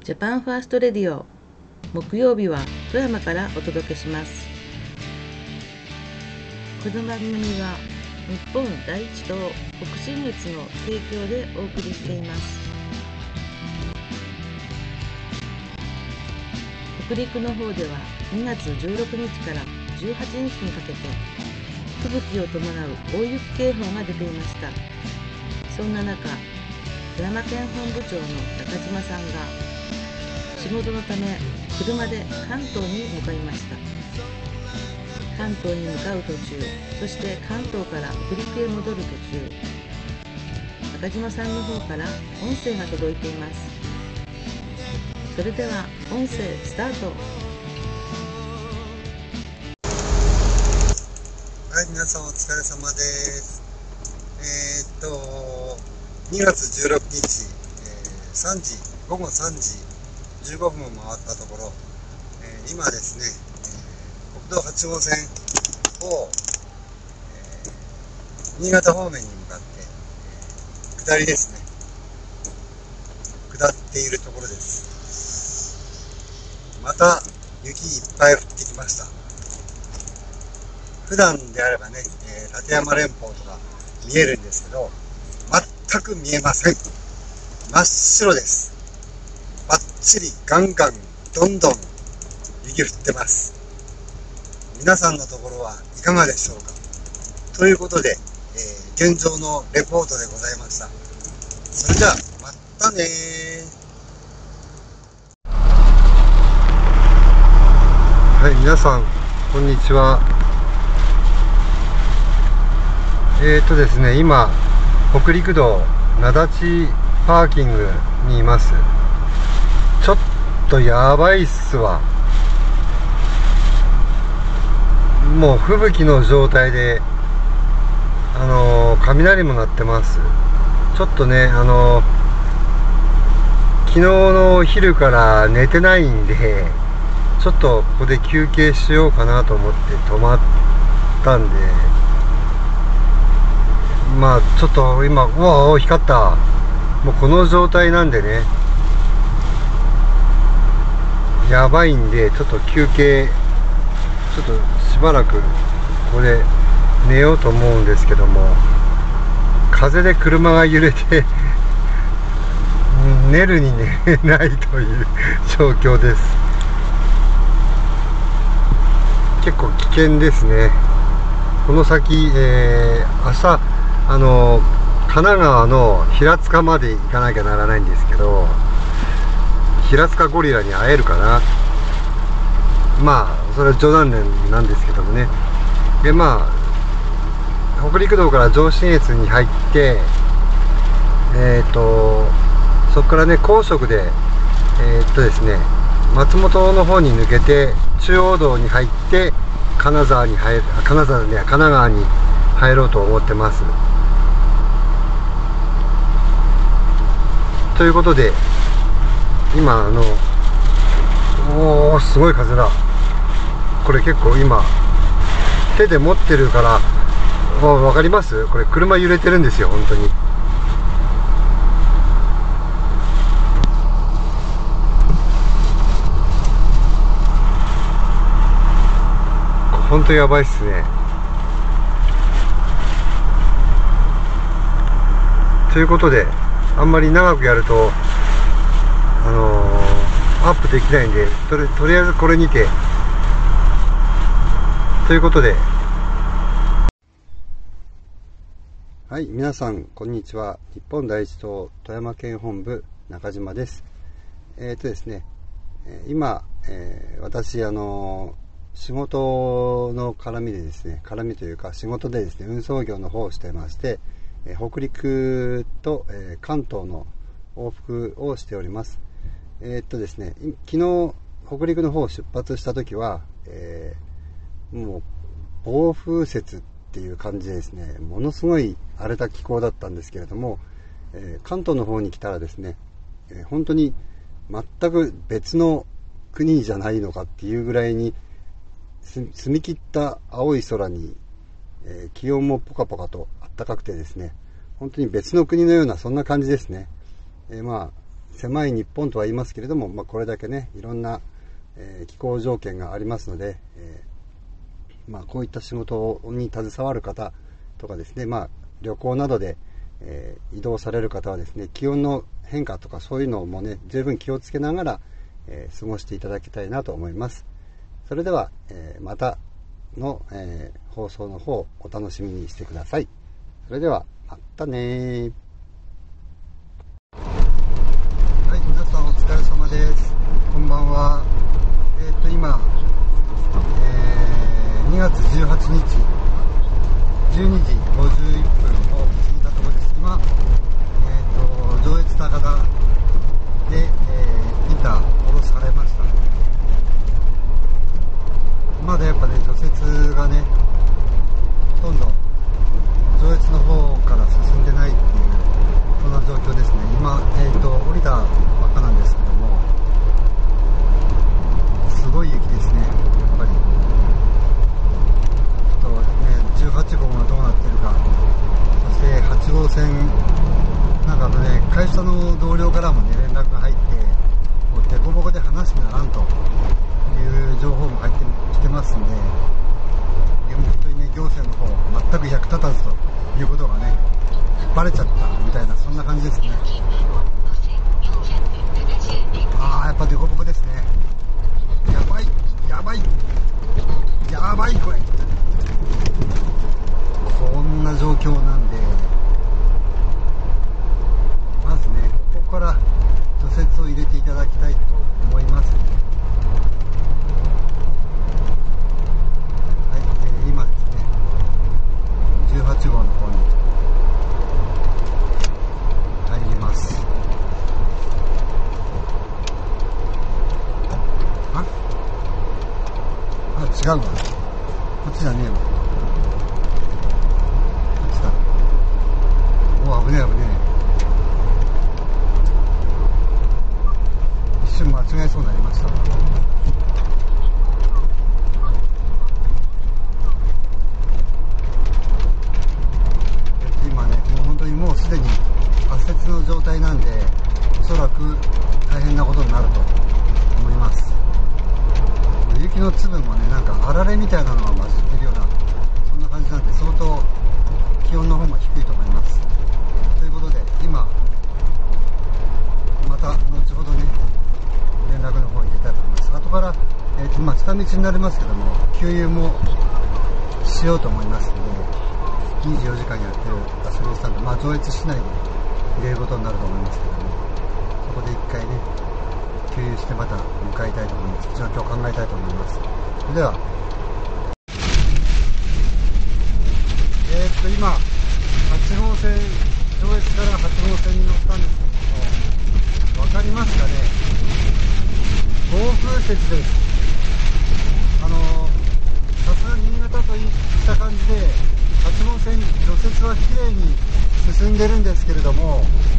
ジャパンファーストレディオ、木曜日は富山からお届けします。この番組は日本第一党北信越の提供でお送りしています。北陸の方では2月16日から18日にかけて吹雪を伴う大雪警報が出ていました。そんな中、富山県本部長の中島さんが仕事のため車で関東に向かいました。関東に向かう途中、そして関東から北陸へ戻る途中、中島さんの方から音声が届いています。それでは音声スタート。 はい、皆さんお疲れ様です。2月16日、午後3時15分を回ったところ、今ですね、国道8号線を、新潟方面に向かって、下りですね、下っているところです。また雪いっぱい降ってきました。普段であればね、立山連峰とか見えるんですけど、全く見えません。真っ白です。バッチリガンガンどんどん雪降ってます。皆さんのところはいかがでしょうか。ということで、現状のレポートでございました。それじゃあまたねはい、皆さんこんにちは。ですね、今北陸道名立パーキングにいます。ちょっとやばいっすわ。もう吹雪の状態で雷も鳴ってます。ちょっとね昨日のお昼から寝てないんで、ちょっとここで休憩しようかなと思って泊まったんで、まあちょっと今光った。もうこの状態なんでね、やばいんで、ちょっと休憩、ちょっとしばらくここで寝ようと思うんですけども、風で車が揺れて寝るに寝れないという状況です。結構危険ですね。この先、明日神奈川の平塚まで行かなきゃならないんですけど、平塚ゴリラに会えるかな。まあそれは冗談なんですけどもね。で北陸道から上信越に入って、そこからね高速でですね、松本の方に抜けて中央道に入って神奈川に入ろうと思ってます。ということで、今すごい風だ。これ結構今手で持ってるからわかります？これ車揺れてるんですよ、本当に。本当やばいっすね。ということで、あんまり長くやるとアップできないんで、とりあえずこれにてということで、はい、皆さんこんにちは。日本第一党富山県本部中島です。ですね、今、私仕事の絡みでですね、絡みというか仕事でですね、運送業の方をしてまして、北陸と、関東の往復をしております。ですね、昨日北陸の方を出発した時は、もう暴風雪っていう感じでですね、ものすごい荒れた気候だったんですけれども、関東の方に来たらですね、本当に全く別の国じゃないのかっていうぐらいに澄み切った青い空に、気温もポカポカと暖かくてですね、本当に別の国のようなそんな感じですね。 狭い日本とは言いますけれども、これだけねいろんな、気候条件がありますので、こういった仕事に携わる方とかですね、旅行などで、移動される方はですね、気温の変化とかそういうのもね十分気をつけながら、過ごしていただきたいなと思います。それでは、またの、放送の方お楽しみにしてください。それではまたね。はい、皆さんお疲れ様です。こんばんは。今、2月18日12時51分を過ぎたところです。今、上越高田で、インター降ろされました。まだやっぱね除雪がねほとんど上越の方から進んでないっていうそんな状況ですね。今、降りたばっかなんですけども、すごい雪ですね。やっぱりちょっとね18号がどうなってるか、そして8号線なんかね会社の同僚からもね連絡が入って、もうデコボコで話にならんという情報も入ってきてますんで、本当にね行政の方全く役立たずということがねバレちゃったみたいなそんな感じですね。やっぱデコボコですね。やばいやばいやばい、これこんな状況なんで、まずねここから除雪を入れていただきたいと思います。今ですね18号の方に入ります。違うわ、こっちじゃねえわ、こっちだ。危ねえ危ねえ、一瞬間違えそうになりました。今ねもう本当にもうすでに圧雪の状態なんで、おそらく大変なことになると思います。雪の粒もねなんかあられみたいなのが混じってるようなそんな感じなんで、相当気温の方も低いと思います。ということで今また後ほどね連絡の方入れたいと思います。後から、下道になりますけども給油もしようと思いますので、24時間やってるガソリンスタンド、上越市内で入れることになると思いますけども、そこで一回ね給油してまた向かいたいと思います。状況を考えたいと思います。それでは今8号線、上越から8号線に乗ったんですけども、分かりますかね、暴風雪です。さすが新潟といった感じで8号線除雪はきれいに進んでるんですけれども、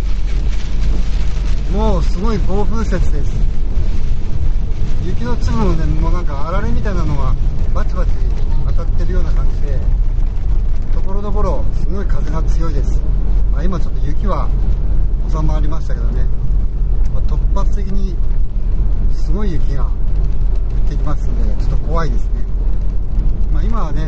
もうすごい暴風雪です。雪の粒もねもうなんかあられみたいなのがバチバチ当たってるような感じで、ところどころすごい風が強いです。今ちょっと雪は収まりましたけどね、突発的にすごい雪が降ってきますんでちょっと怖いですね。今はね、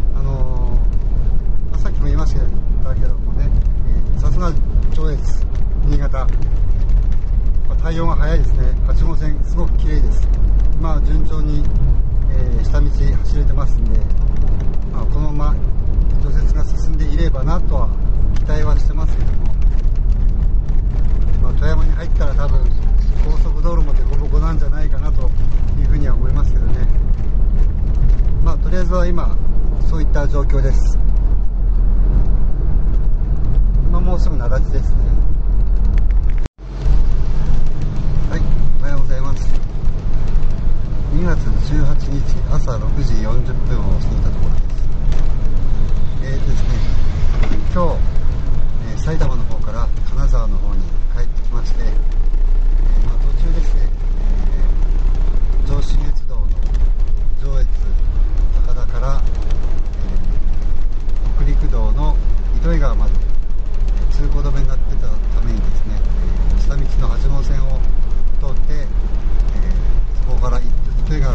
さっきも言いましたけどもね、さすが上越新潟、対応が早いですね。8号線すごく綺麗です。順調に、下道走れてますんで、このまま除雪が進んでいればなとは期待はしてますけども、富山に入ったら多分高速道路もデコボコなんじゃないかなというふうには思いますけどね。とりあえずは今そういった状況です。今もうすぐ奈良地ですね。はい、おはようございます。2月18日朝6時40分を過ぎたところです。ですね、今日、埼玉の方から金沢の方に帰ってきまして、途中ですね、上信越道の上越高田から、北陸道の糸魚川まで通行止めになってたためにですね、下道の8号線を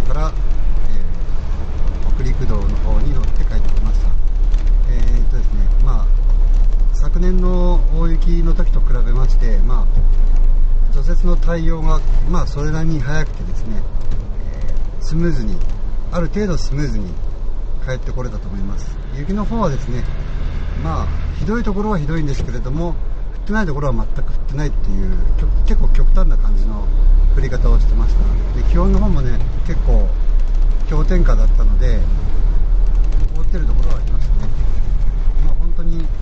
川から、北陸道の方に乗って帰ってきました。ですね、昨年の大雪の時と比べまして、除雪の対応が、それなりに早くてですね、スムーズに、ある程度スムーズに帰ってこれたと思います。雪の方はですね、ひどいところはひどいんですけれども、降ってないところは全く降ってないっていう、結構極端な感じの降り方をしてました。で、気温の方もね、結構氷点下だったので、凍ってるところはありましたね。本当に、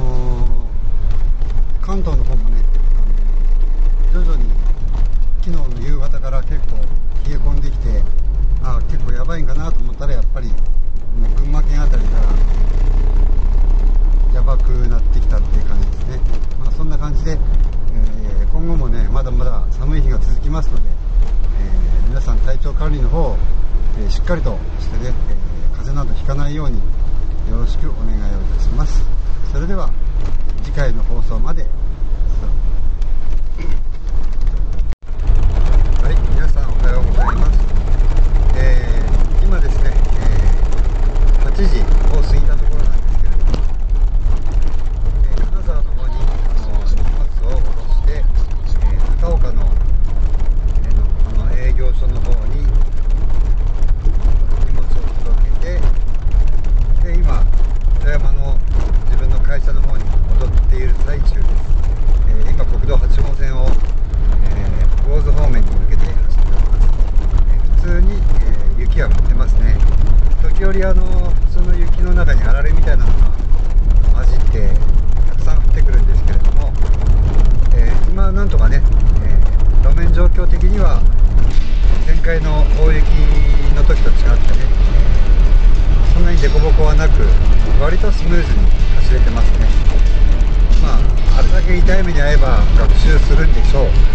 関東の方もね、徐々に昨日の夕方から結構冷え込んできて、結構やばいんかなと思ったら、やっぱりもう群馬県あたりからやばくなってきたっていう感じですね。そんな感じで、今後もね、まだまだ寒い日が続きますので、皆さん体調管理の方、しっかりとしてね、風邪などひかないようによろしくお願いをいたします。それでは次回の放送まで。はい、皆さんおはようございます。今ですね、8時を過ぎたところなんですけれども、金沢の方に荷物を下ろして、高岡の営業所の方に荷物を届けて、で今富山の自分の会社の方に戻っている最中です。今国道8号線を、魚津方面に向けて走っております。普通に、雪は降ってますね。時折普通の雪の中にあられみたいなのが混じってたくさん降ってくるんですけれども、今なんとかね、路面状況的には前回の大雪の時と違ってね、そんなに凸凹はなく、割とスムーズに走れてますね。あれだけ痛い目に遭えば学習するんでしょう。